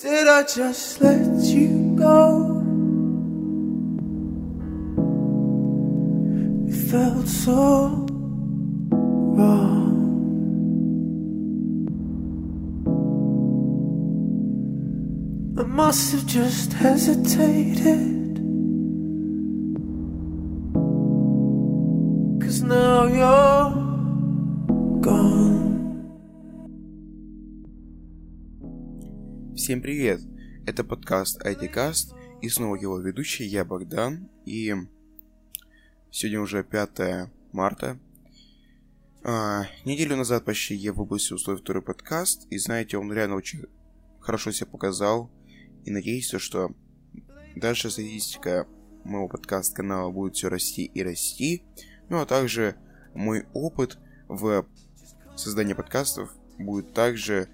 Did I just let you go? It felt so wrong. I must have just hesitated, 'cause now you're gone. Всем привет! Это подкаст ITCast, и снова его ведущий, я Богдан, и сегодня уже 5 марта. Неделю назад почти я выпустил свой второй подкаст, и знаете, он реально очень хорошо себя показал, и надеюсь, что дальше статистика моего подкаст-канала будет все расти и расти, ну а также мой опыт в создании подкастов будет также,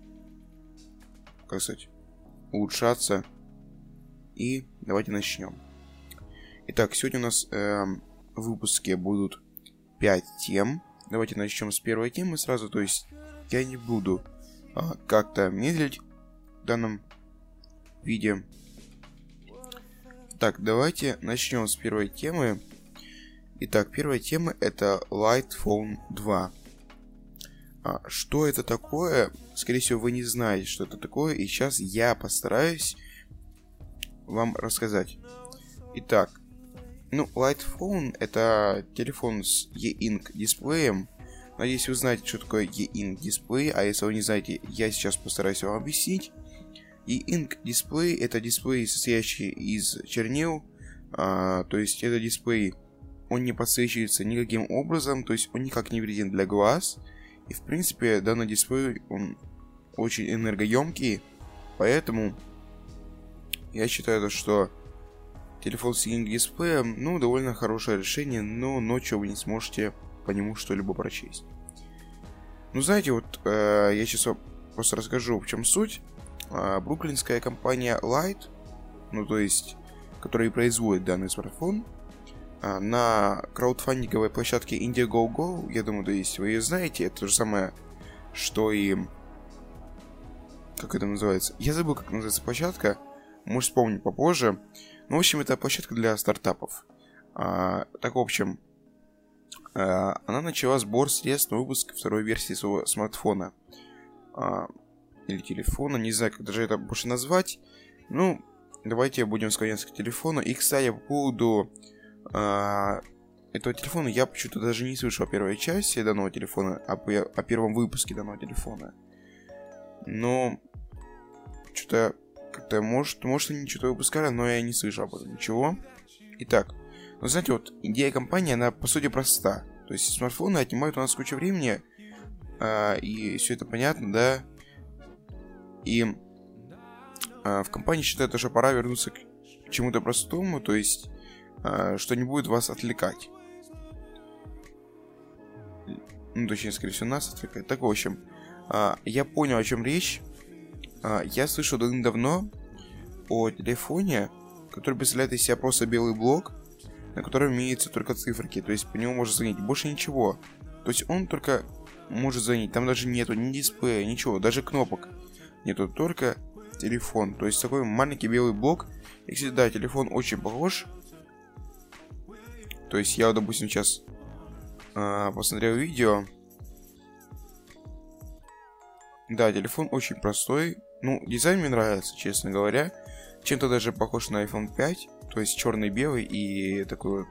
улучшаться. И давайте начнем. Итак, сегодня у нас в выпуске будут 5 тем. Давайте начнем с первой темы сразу. То есть я не буду как-то медлить в данном виде. Так, давайте начнем с первой темы. Итак, первая тема это Light Phone 2. Что это такое? Скорее всего, вы не знаете, что это такое, и сейчас я постараюсь вам рассказать. Итак, Light Phone это телефон с E-Ink дисплеем. Надеюсь, вы знаете, что такое E-Ink дисплей, а если вы не знаете, я сейчас постараюсь вам объяснить. E-Ink дисплей это дисплей, состоящий из чернил, то есть это дисплей, он не подсвечивается никаким образом, то есть он никак не вреден для глаз. И в принципе данный дисплей, он очень энергоемкий, поэтому я считаю, что телефон с E-Ink дисплеем, довольно хорошее решение, но ночью вы не сможете по нему что-либо прочесть. Знаете, я сейчас вам просто расскажу, в чем суть. Бруклинская компания Light, которая и производит данный смартфон, на краудфандинговой площадке Indiegogo, я думаю, вы ее знаете, это то же самое, что и... Как это называется? Я забыл, как называется площадка, может вспомнить попозже. В общем, это площадка для стартапов. Так, в общем, она начала сбор средств на выпуск второй версии своего смартфона. Или телефона, не знаю, как даже это больше назвать. Давайте будем склоняться к телефону. И, кстати, по поводу этого телефона я почему-то даже не слышал о первой части данного телефона, о первом выпуске данного телефона. Но что-то как-то, может они что-то выпускали, но я не слышал об этом ничего. Итак, знаете, идея компании, она по сути проста. То есть смартфоны отнимают у нас кучу времени, и все это понятно, да. И в компании считают, что пора вернуться к чему-то простому, то есть что не будет вас отвлекать. Точнее, скорее всего, нас отвлекать. Так, в общем, я понял, о чем речь. Я слышал давно о телефоне, который представляет из себя просто белый блок, на котором имеются только циферки. То есть по нему можно звонить, больше ничего. То есть он только может звонить. Там даже нету ни дисплея, ничего, даже кнопок нету, только телефон. То есть такой маленький белый блок. И, кстати, да, телефон очень похож. То есть я, допустим, сейчас посмотрел видео. Да, телефон очень простой. Дизайн мне нравится, честно говоря. Чем-то даже похож на iPhone 5. То есть черный-белый и такой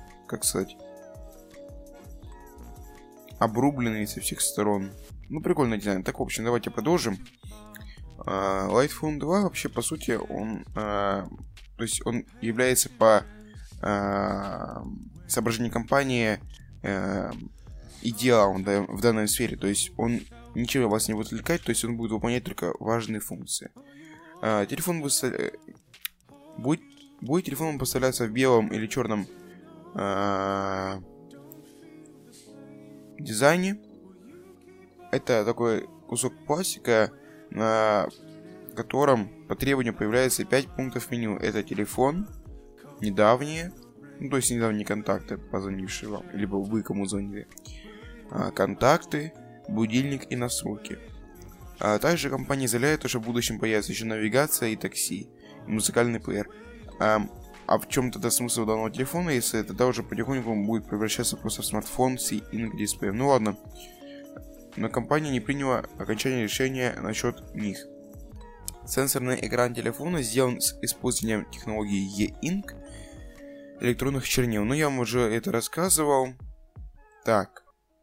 обрубленный со всех сторон. Прикольный дизайн. Так, в общем, давайте продолжим. Light Phone 2 вообще, по сути, он является по соображению компании идеалом в данной сфере. То есть он ничего вас не будет отвлекать, то есть он будет выполнять только важные функции. Телефон будет телефоном поставляться в белом или черном дизайне. Это такой кусок пластика, на котором по требованию появляется 5 пунктов меню. Это телефон, недавние, то есть недавние контакты, позвонившие вам, либо вы кому звонили, контакты, будильник и настройки. А также компания заявляет, что в будущем появится еще навигация и такси, и музыкальный плеер. А в чем тогда смысл данного телефона, если тогда уже потихоньку он будет превращаться просто в смартфон с in дисплеем? Ну ладно. Но компания не приняла окончательное решение насчет них. Сенсорный экран телефона сделан с использованием технологии E-Ink электронных чернил. Ну, я вам уже это рассказывал. Так.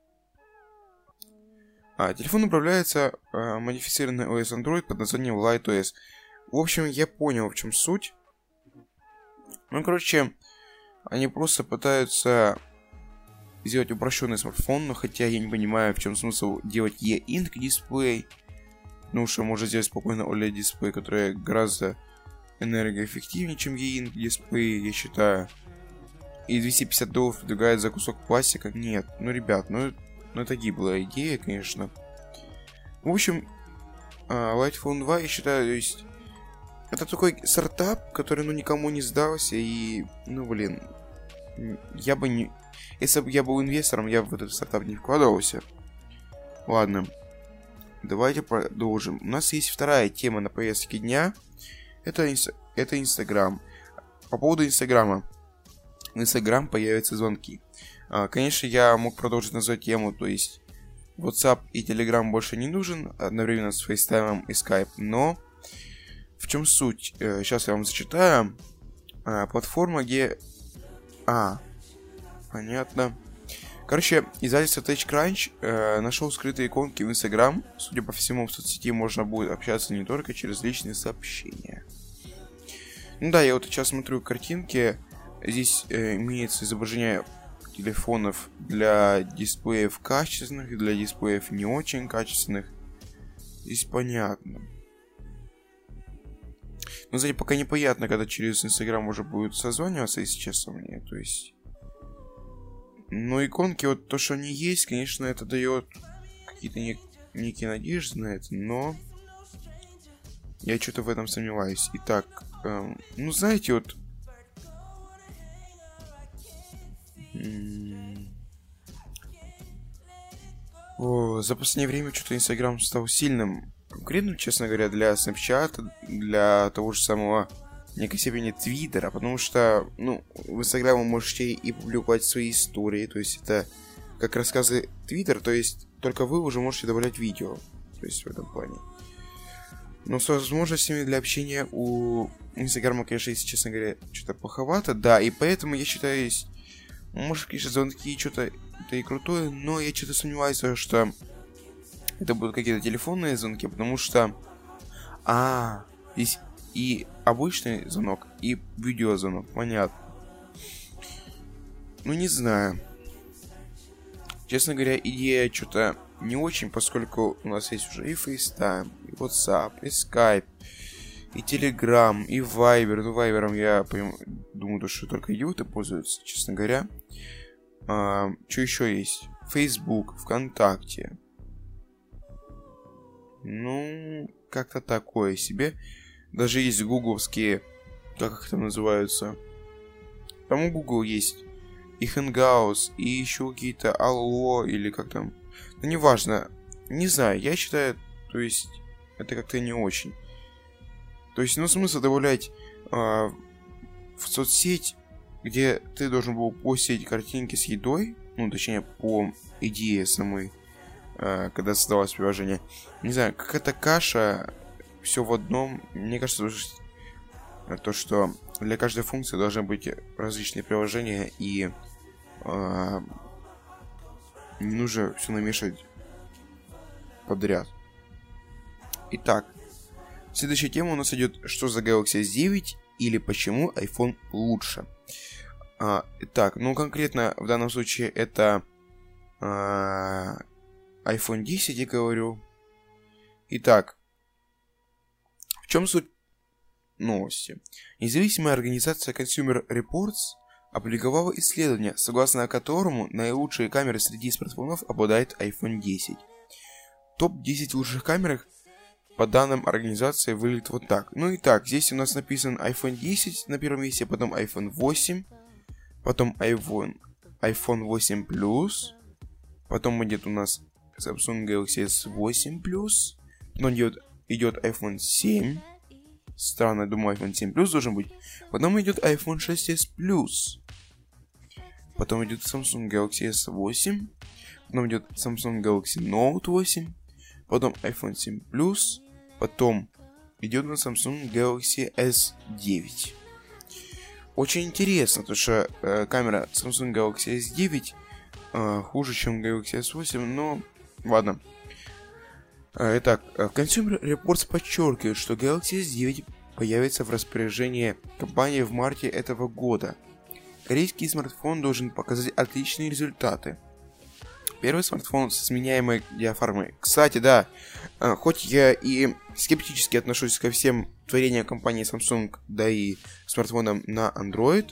Телефон управляется модифицированной OS Android под названием LightOS. В общем, я понял, в чем суть. Ну, короче, они просто пытаются сделать упрощенный смартфон, но хотя я не понимаю, в чем смысл делать E-Ink дисплей. Ну, что можно сделать спокойно OLED дисплей, который гораздо энергоэффективнее, чем E-Ink дисплей, я считаю. И $250 предлагают за кусок пластика. Нет, ну, ребят, ну это гиблая идея, конечно. В общем, Light Phone 2, я считаю, то есть это такой стартап, который, ну, никому не сдался, и, ну, блин, я бы не... Если бы я был инвестором, я бы в этот стартап не вкладывался. Ладно, давайте продолжим. У нас есть вторая тема на повестке дня. Это Инстаграм. По поводу Инстаграма. В Инстаграм появятся звонки. Конечно, я мог продолжить назвать тему, то есть WhatsApp и Telegram больше не нужен, одновременно с FaceTime и Skype, но в чем суть? Сейчас я вам зачитаю. Платформа, где... понятно. Короче, издательство TechCrunch нашел скрытые иконки в Instagram. Судя по всему, в соцсети можно будет общаться не только через личные сообщения. Ну да, я вот сейчас смотрю картинки. Здесь имеется изображение телефонов для дисплеев качественных и для дисплеев не очень качественных. Здесь понятно. Но, кстати, пока непонятно, когда через Инстаграм уже будут созваниваться, если честно мне. То есть... Но иконки, вот то, что они есть, конечно, это дает какие-то некие надежды на это, но... Я что-то в этом сомневаюсь. Итак, ну, знаете, вот... За последнее время что-то Инстаграм стал сильным конкурентом, честно говоря, для Snapchat, для того же самого в некой степени Твиттера, потому что, ну, в Инстаграм вы можете и публиковать свои истории, то есть это как рассказы Твиттер, то есть только вы уже можете добавлять видео, то есть в этом плане. Но с возможностями для общения у Инстаграма, конечно, если честно говоря, что-то плоховато, да, и поэтому я считаю, есть, может, конечно, звонки что-то это и крутое, но я что-то сомневаюсь, что это будут какие-то телефонные звонки, потому что здесь и обычный звонок, и видеозвонок, понятно. Ну, не знаю. Честно говоря, идея что-то не очень, поскольку у нас есть уже и FaceTime, и WhatsApp, и Skype, и Telegram, и Viber. Ну, Viber'ом я думаю, что только идиоты пользуются, честно говоря. Что еще есть? Facebook, ВКонтакте. Ну, как-то такое себе. Даже есть гугловские, как их там называются. Там у Google есть и Hangouts, и еще какие-то Allo, или как там. Ну, неважно. Не знаю, я считаю, то есть, это как-то не очень. То есть, ну, смысл добавлять в соцсеть, где ты должен был постить картинки с едой, ну, точнее, по идее самой, когда создавалось приложение. Не знаю, какая-то каша, все в одном. Мне кажется, то, что для каждой функции должны быть различные приложения, и не нужно все намешать подряд. Итак, следующая тема у нас идет: что за Galaxy S9 или почему iPhone лучше. Итак, ну конкретно в данном случае это iPhone 10, я говорю. Итак, в чем суть новости? Независимая организация Consumer Reports опубликовала исследование, согласно которому наилучшие камеры среди смартфонов обладает iPhone 10. Топ-10 лучших камер, по данным организации, выглядит вот так. Ну и так, здесь у нас написан iPhone 10 на первом месте, потом iPhone 8, потом iPhone 8 Plus, потом идет у нас Samsung Galaxy S8 Plus, потом идет iPhone 7. Странно, думаю, iPhone 7 Plus должен быть. Потом идет iPhone 6s Plus. Потом идет Samsung Galaxy S8. Потом идет Samsung Galaxy Note 8. Потом iPhone 7 Plus. Потом идет на Samsung Galaxy S9. Очень интересно, потому что камера Samsung Galaxy S9 хуже, чем Galaxy S8, но ладно. Итак, Consumer Reports подчеркивает, что Galaxy S9 появится в распоряжении компании в марте этого года. Корейский смартфон должен показать отличные результаты. Первый смартфон с изменяемой диафрагмой. Кстати, да, хоть я и скептически отношусь ко всем творениям компании Samsung, да и смартфонам на Android,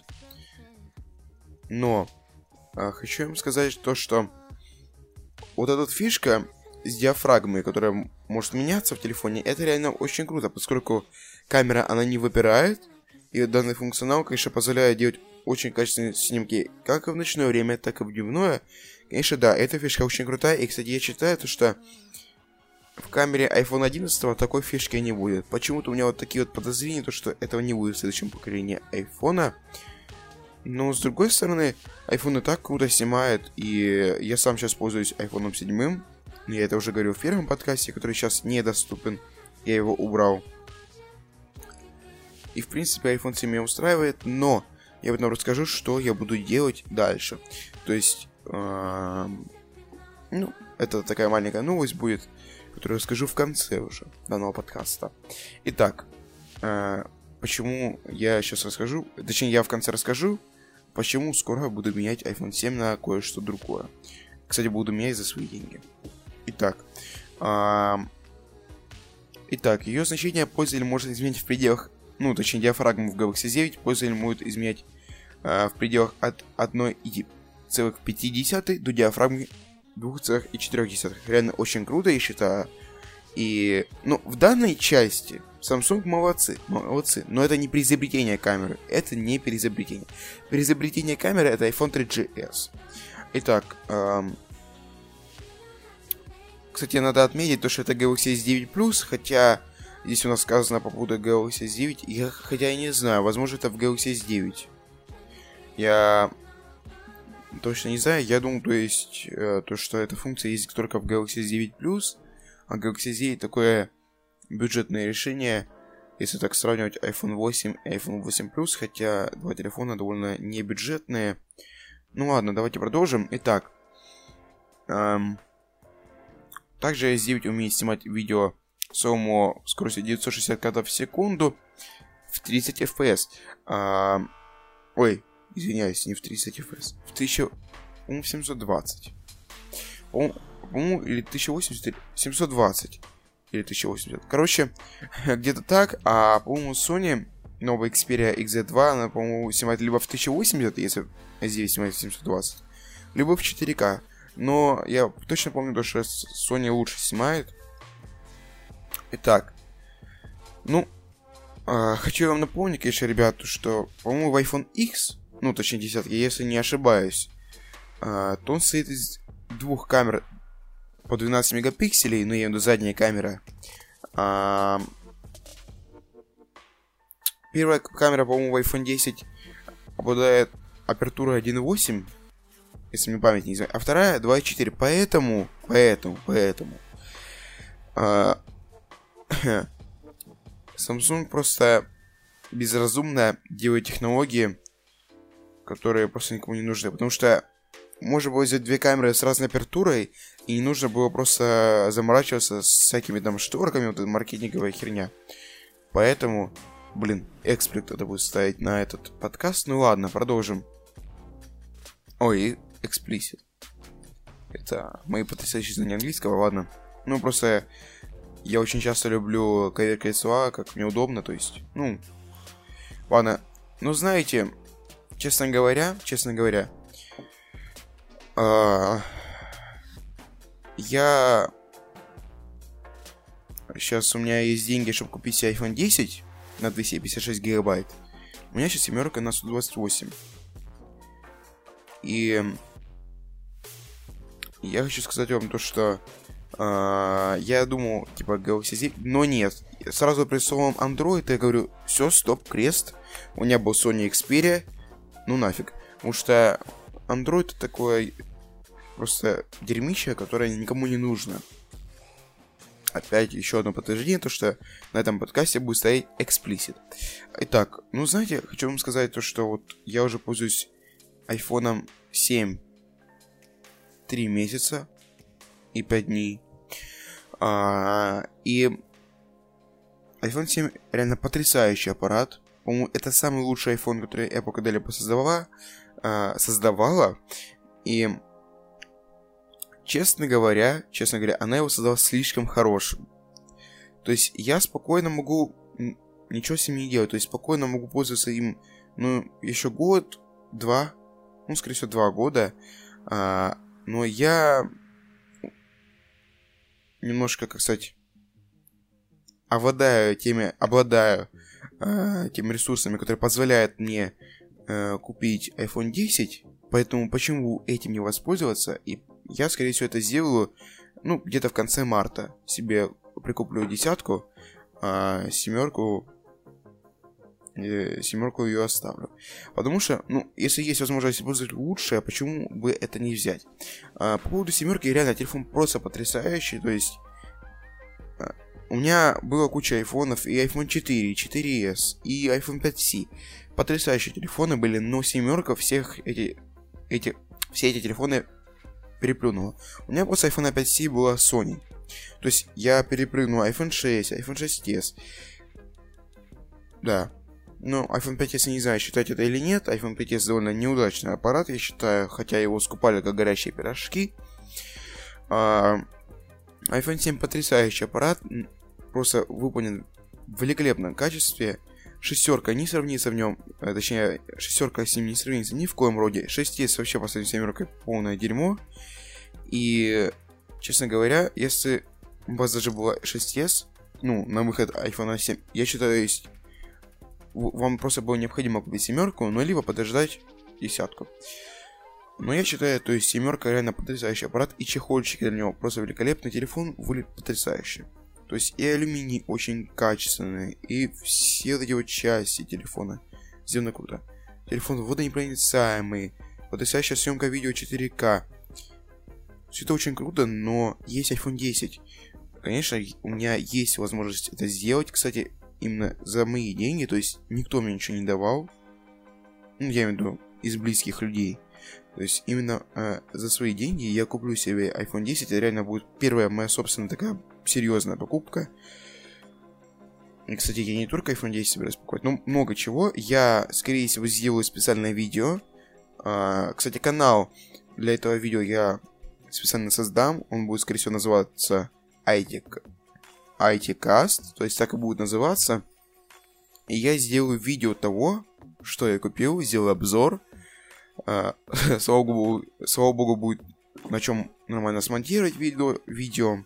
но хочу вам сказать то, что вот эта фишка с диафрагмой, которая может меняться в телефоне, это реально очень круто, поскольку камера, она не выпирает, и данный функционал, конечно, позволяет делать очень качественные снимки как и в ночное время, так и в дневное. Конечно, да, эта фишка очень крутая, и, кстати, я считаю, что в камере iPhone 11 такой фишки не будет. Почему-то у меня вот такие вот подозрения, то, что этого не будет в следующем поколении iPhone. Но, с другой стороны, iPhone и так круто снимает, и я сам сейчас пользуюсь iPhone 7. Я это уже говорил в первом подкасте, который сейчас недоступен. Я его убрал. И, в принципе, iPhone 7 меня устраивает, но я потом расскажу, что я буду делать дальше. То есть, это такая маленькая новость будет, которую я скажу в конце уже данного подкаста. Итак, почему я сейчас расскажу, точнее, я в конце расскажу, почему скоро буду менять iPhone 7 на кое-что другое. Кстати, буду менять за свои деньги. Итак, ее значение пользователь может изменить в пределах, точнее, диафрагму в Galaxy 9 пользователь может изменять в пределах от 1,5 до диафрагмы 2,4. Реально очень круто, я считаю. И, в данной части Samsung молодцы, но это не переизобретение камеры, это не переизобретение. Переизобретение камеры — это iPhone 3GS. Итак, кстати, надо отметить то, что это Galaxy S9 Plus, хотя здесь у нас сказано по поводу Galaxy S9, хотя я не знаю, возможно, это в Galaxy S9. Я точно не знаю, я думаю, то, что эта функция есть только в Galaxy S9 Plus, а Galaxy S9 такое бюджетное решение, если так сравнивать iPhone 8 и iPhone 8 Plus, хотя два телефона довольно не бюджетные. Ладно, давайте продолжим. Итак, также S9 умеет снимать видео с скоростью 960 кадров в секунду в 30 FPS. Извиняюсь, не в 30 FPS. В 1720. По-моему, или 1080, или 720. Или 1080. Короче, где-то так. А, по-моему, Sony новая Xperia XZ2, она, по-моему, снимает либо в 1080, если S9 снимает в 720, либо в 4К. Но я точно помню, что Sony лучше снимает. Итак, хочу вам напомнить, конечно, ребята, что, по-моему, в iPhone X, точнее 10, если не ошибаюсь, то он состоит из двух камер по 12 мегапикселей, я имею в виду задняя камера. Первая камера, по-моему, в iPhone 10 обладает апертурой 1.8, если мне память не изменяет, а вторая 2.4. Поэтому Samsung просто безразумно делает технологии, которые просто никому не нужны. Потому что можно было взять две камеры с разной апертурой, и не нужно было просто заморачиваться с всякими там шторками, вот эта маркетинговая херня. Поэтому, экспликт это будет ставить на этот подкаст. Ладно, продолжим. Explicit. Это мои потрясающие знания английского, ладно. Просто я очень часто люблю коверкать слова, как мне удобно, то есть, ладно. Знаете, честно говоря, я сейчас у меня есть деньги, чтобы купить себе iPhone 10 на 256 гигабайт. У меня сейчас 7 на 128. И я хочу сказать вам то, что Я думал, типа, Galaxy Z, но нет. Сразу при словом Android я говорю, все, стоп, крест. У меня был Sony Xperia, ну нафиг. Потому что Android это такое просто дерьмище, которое никому не нужно. Опять еще одно подтверждение, то что на этом подкасте будет стоять explicit. Итак, ну знаете, хочу вам сказать то, что вот я уже пользуюсь iPhone 7 3 месяца и 5 дней. И iPhone 7 реально потрясающий аппарат. По-моему, это самый лучший iPhone, который Apple когда-либо создавала. И честно говоря, она его создала слишком хорошим. То есть я спокойно могу ничего с ним не делать. То есть спокойно могу пользоваться им, ну, еще год, 2, ну, скорее всего, 2 года. Но я немножко, как сказать, обладаю теми ресурсами, которые позволяют мне купить iPhone 10. Поэтому почему этим не воспользоваться? И я, скорее всего, это сделаю, ну, где-то в конце марта. Себе прикуплю 10-ку, а 7-ку ее оставлю. Потому что, ну, если есть возможность использовать лучшее, почему бы это не взять? По поводу 7-ки, реально, телефон просто потрясающий. То есть, у меня была куча айфонов, и iPhone 4, 4S, и iPhone 5C. Потрясающие телефоны были, но 7-ка все эти телефоны переплюнула. У меня после iPhone 5C была Sony. То есть я перепрыгнул iPhone 6, iPhone 6s. Да. Но iPhone 5s я не знаю, считать это или нет. iPhone 5s довольно неудачный аппарат, я считаю, хотя его скупали как горячие пирожки. iPhone 7 потрясающий аппарат, просто выполнен в великолепном качестве. 6-ка не сравнится в нем, точнее, 6-ка с ним не сравнится ни в коем роде. 6s вообще по сравнению с 7-кой полное дерьмо. И, честно говоря, если у вас даже была 6s, ну, на выход iPhone 7, я считаю, есть вам просто было необходимо купить 7-ку, ну, либо подождать 10-ку. Но я считаю, то есть 7-ка реально потрясающий аппарат, и чехольчики для него просто великолепный, телефон выглядит потрясающе. То есть и алюминий очень качественный, и все вот эти вот части телефона сделаны круто. Телефон водонепроницаемый, потрясающая съемка видео 4К. Все это очень круто, но есть iPhone 10. Конечно, у меня есть возможность это сделать, кстати, именно за мои деньги, то есть никто мне ничего не давал. Ну, я имею в виду из близких людей. То есть именно за свои деньги я куплю себе iPhone 10. Это реально будет первая моя собственная такая серьезная покупка. И, кстати, я не только iPhone 10 собираюсь покупать, но много чего. Я, скорее всего, сделаю специальное видео. Кстати, канал для этого видео я специально создам. Он будет, скорее всего, называться ITcast. То есть так и будет называться. И я сделаю видео того, что я купил. Сделаю обзор. Слава богу, будет на чем нормально смонтировать видео.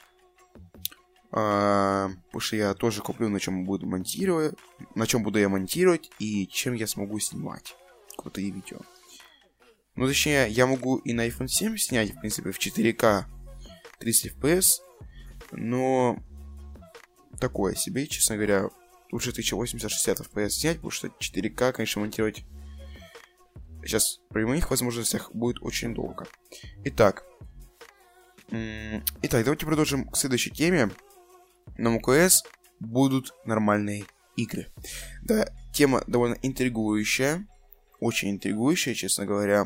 Потому что я тоже куплю, на чем буду я монтировать и чем я смогу снимать крутые видео. Ну, точнее, я могу и на iPhone 7 снять, в принципе, в 4К 30 FPS, но такое себе, честно говоря, лучше 1080-60 FPS снять, потому что 4К, конечно, монтировать сейчас при моих возможностях будет очень долго. Итак, давайте продолжим к следующей теме. На macOS будут нормальные игры. Да, тема довольно интригующая. Очень интригующая, честно говоря.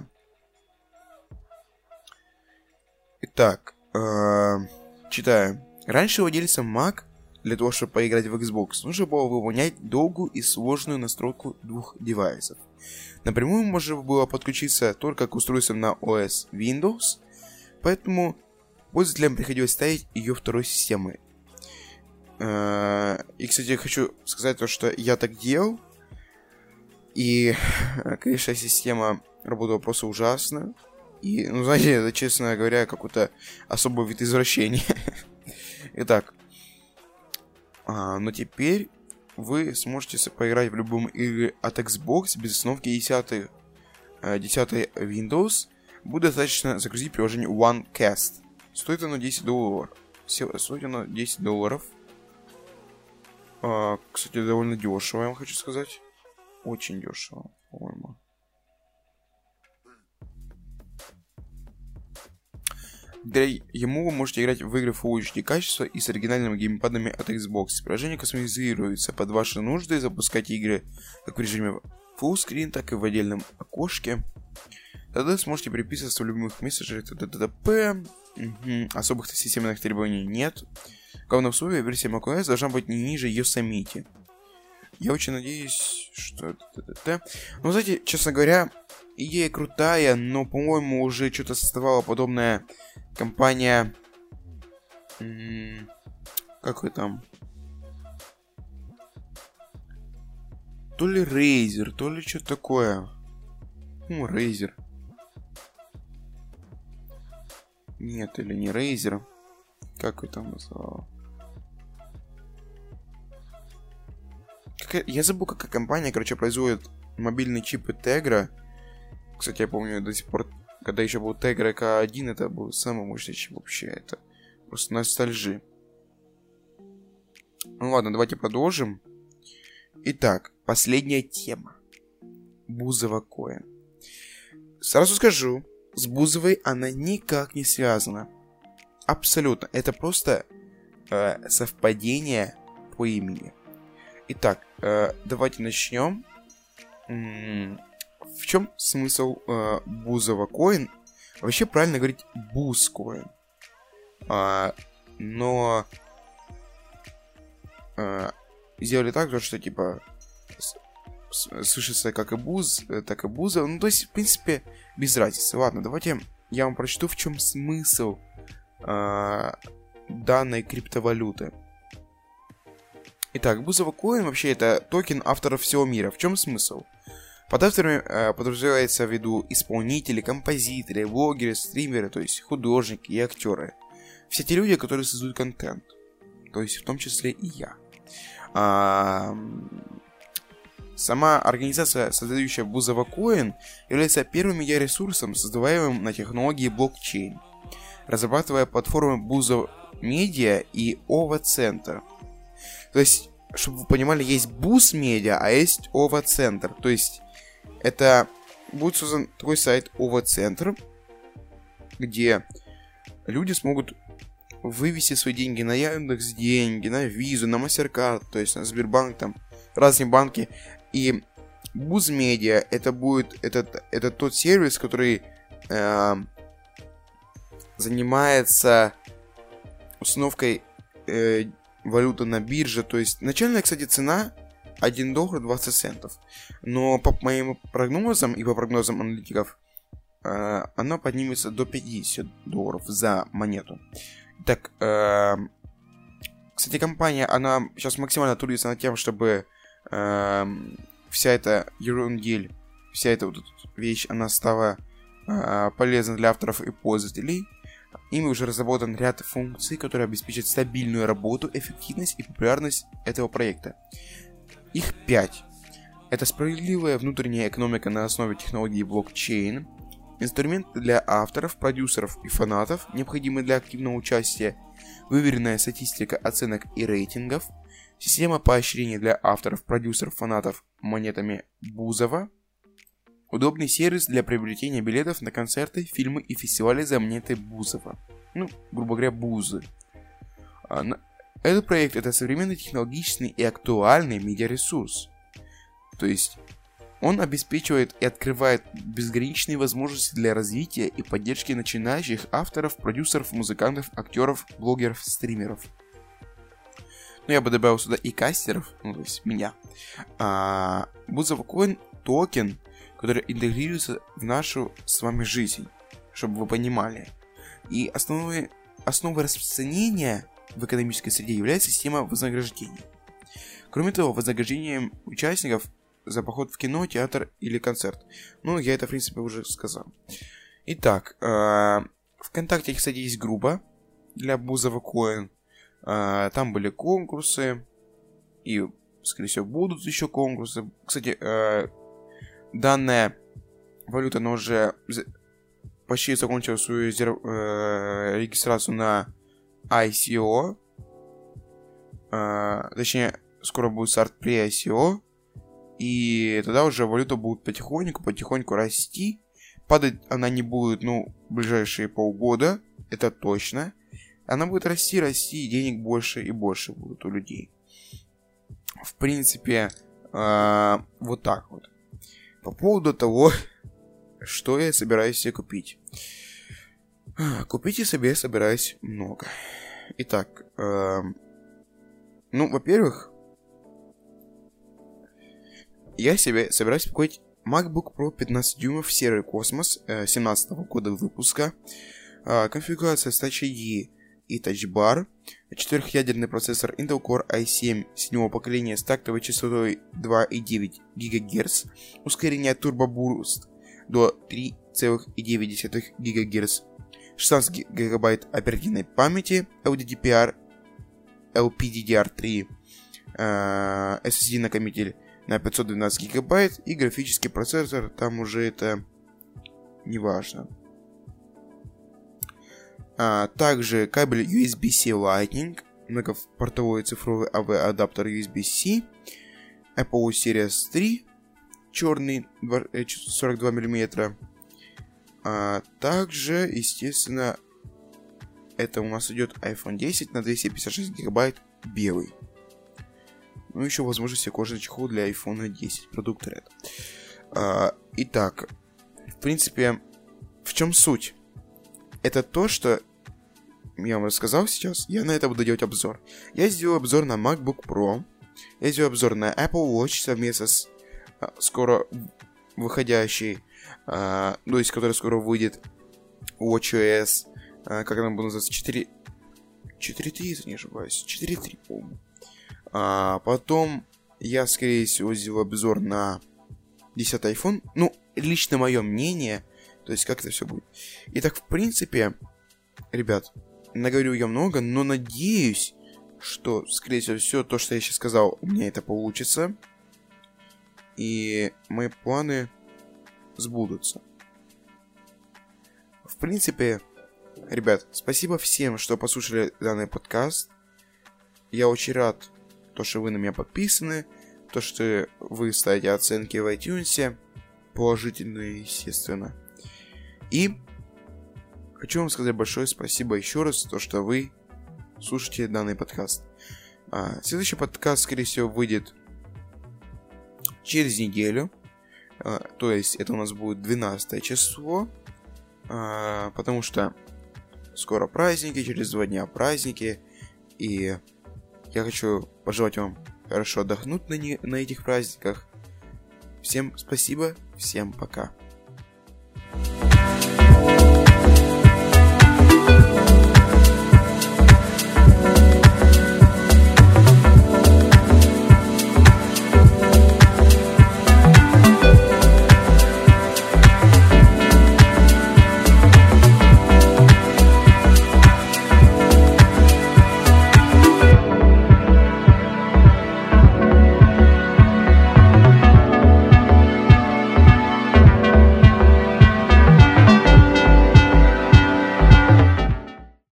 Итак, читаю. Раньше владельцам Mac для того, чтобы поиграть в Xbox, нужно было выполнять долгую и сложную настройку двух девайсов. Напрямую можно было подключиться только к устройствам на OS Windows, поэтому пользователям приходилось ставить ее второй системой. И, кстати, я хочу сказать то, что я так делал, и, конечно, система работала просто ужасно. И, ну, знаете, это, честно говоря, какой-то особый вид извращения. Итак, но теперь вы сможете поиграть в любом игре от Xbox без установки 10 Windows. Будет достаточно загрузить приложение OneCast. Стоит оно $10. Стоит оно $10. Кстати, довольно дешево, я вам хочу сказать. Очень дешево, по-моему. Благодаря ему вы можете играть в игры Full HD качества и с оригинальными геймпадами от Xbox. Приложение кастомизируется под ваши нужды, запускать игры как в режиме Full Screen, так и в отдельном окошке. Тогда сможете переписываться в любых мессенджерах, т.д. Особых системных требований нет. Главное условие, версия macOS должна быть не ниже Yosemite. Я очень надеюсь, что это... Ну, знаете, честно говоря, идея крутая, но, по-моему, уже что-то создавала подобная компания... Какой там? То ли Razer, то ли что-то такое. Razer. Нет, или не Razer. Как вы там назвала? Я забыл, какая компания, короче, производит мобильные чипы Tegra. Кстати, я помню до сих пор, когда еще был Tegra K1, это был самый мощный чип вообще. Это просто ностальжи. Ну ладно, давайте продолжим. Итак, последняя тема. Бузова Coin. Сразу скажу, с Бузовой она никак не связана. Абсолютно. Это просто совпадение по имени. Итак, давайте начнем. В чем смысл Бузова Coin? Вообще правильно говорить Buzcoin. Но сделали так, что типа слышится как и Буз, так и Буза. Ну, то есть, в принципе, без разницы. Ладно, давайте я вам прочту, в чем смысл данной криптовалюты. Итак, Бузова Coin вообще это токен авторов всего мира. В чем смысл? Под авторами подразумевается в виду исполнители, композиторы, блогеры, стримеры, то есть художники и актеры. Все те люди, которые создают контент. То есть в том числе и я. Сама организация, создающая Бузова Coin, является первым медиаресурсом, создаваемым на технологии блокчейн, разрабатывая платформы Buzz Media и OVA Center. То есть, чтобы вы понимали, есть Buzz Media, а есть OVA Center. То есть, это будет создан такой сайт OVA Center, где люди смогут вывести свои деньги на Яндекс.Деньги, на Визу, на MasterCard, то есть на Сбербанк, там разные банки. И Buzz Media это будет это тот сервис, который занимается установкой валюты на бирже. То есть начальная, кстати, цена $1.20. Но по моим прогнозам и по прогнозам аналитиков она поднимется до $50 за монету. Так, кстати, компания, она сейчас максимально трудится над тем, чтобы вся эта ерундель, вся эта вот вещь, она стала полезна для авторов и пользователей. Ими уже разработан ряд функций, которые обеспечат стабильную работу, эффективность и популярность этого проекта. Их 5. Это справедливая внутренняя экономика на основе технологии блокчейн, инструменты для авторов, продюсеров и фанатов, необходимые для активного участия, выверенная статистика оценок и рейтингов, система поощрения для авторов, продюсеров, фанатов монетами Бузова, удобный сервис для приобретения билетов на концерты, фильмы и фестивали за монеты Бузова. Ну, грубо говоря, Бузы. Этот проект — это современный технологичный и актуальный медиаресурс. То есть он обеспечивает и открывает безграничные возможности для развития и поддержки начинающих авторов, продюсеров, музыкантов, актеров, блогеров, стримеров. Ну, я бы добавил сюда и кастеров, ну, то есть меня. Buzova Coin — токен, который интегрируется в нашу с вами жизнь, чтобы вы понимали. И основой распространения в экономической среде является система вознаграждений. Кроме того, вознаграждением участников за поход в кино, театр или концерт. Ну, я это, в принципе, уже сказал. Итак, ВКонтакте, кстати, есть группа для Buzova Coin. Там были конкурсы. И, скорее всего, будут еще конкурсы. Кстати, данная валюта, она уже почти закончил свою регистрацию на ICO. Точнее, скоро будет старт при ICO. И тогда уже валюта будет потихоньку расти. Падать она не будет, в ближайшие полгода. Это точно. Она будет расти, и денег больше и больше будет у людей. В принципе, вот так вот. По поводу того, что я собираюсь себе купить. Купить я себе собираюсь много. Итак, во-первых, я себе собираюсь купить MacBook Pro 15 дюймов серый космос 17 года выпуска. Конфигурация с Touch ID и Touch Bar. 4-ядерный процессор Intel Core i7 7 поколения с тактовой частотой 2,9 ГГц. Ускорение Turbo Boost до 3,9 ГГц. 16 ГБ оперативной памяти LPDDR3. SSD накопитель на 512 ГБ и графический процессор, там уже это не важно. Также кабель USB-C Lightning, многопортовой цифровой AV-адаптер USB-C, Apple Series 3, черный 42 мм. Также, естественно, это у нас идет iPhone 10 на 256 ГБ белый. Еще возможности кожаный чехол для iPhone 10. Продукт Red. Итак, в принципе, в чем суть? Это то, что я вам рассказал сейчас. Я на это буду делать обзор. Я сделаю обзор на MacBook Pro. Я сделаю обзор на Apple Watch совместно с скоро выходящей, который скоро выйдет, WatchOS, как она будет называться, 4.3, если не ошибаюсь, 4.3, по-моему. Потом я, скорее всего, сделаю обзор на 10 iPhone. Лично мое мнение, то есть как это все будет. Итак, в принципе, ребят, наговорю я много, но надеюсь, что, скорее всего, все то, что я сейчас сказал, у меня это получится. И мои планы сбудутся. В принципе, ребят, спасибо всем, что послушали данный подкаст. Я очень рад, что вы на меня подписаны, то, что вы ставите оценки в iTunes, положительные, естественно. И хочу вам сказать большое спасибо еще раз, то, что вы слушаете данный подкаст. Следующий подкаст, скорее всего, выйдет через неделю. То есть это у нас будет 12 число. Потому что скоро праздники, через 2 дня праздники. И я хочу пожелать вам хорошо отдохнуть на этих праздниках. Всем спасибо, всем пока.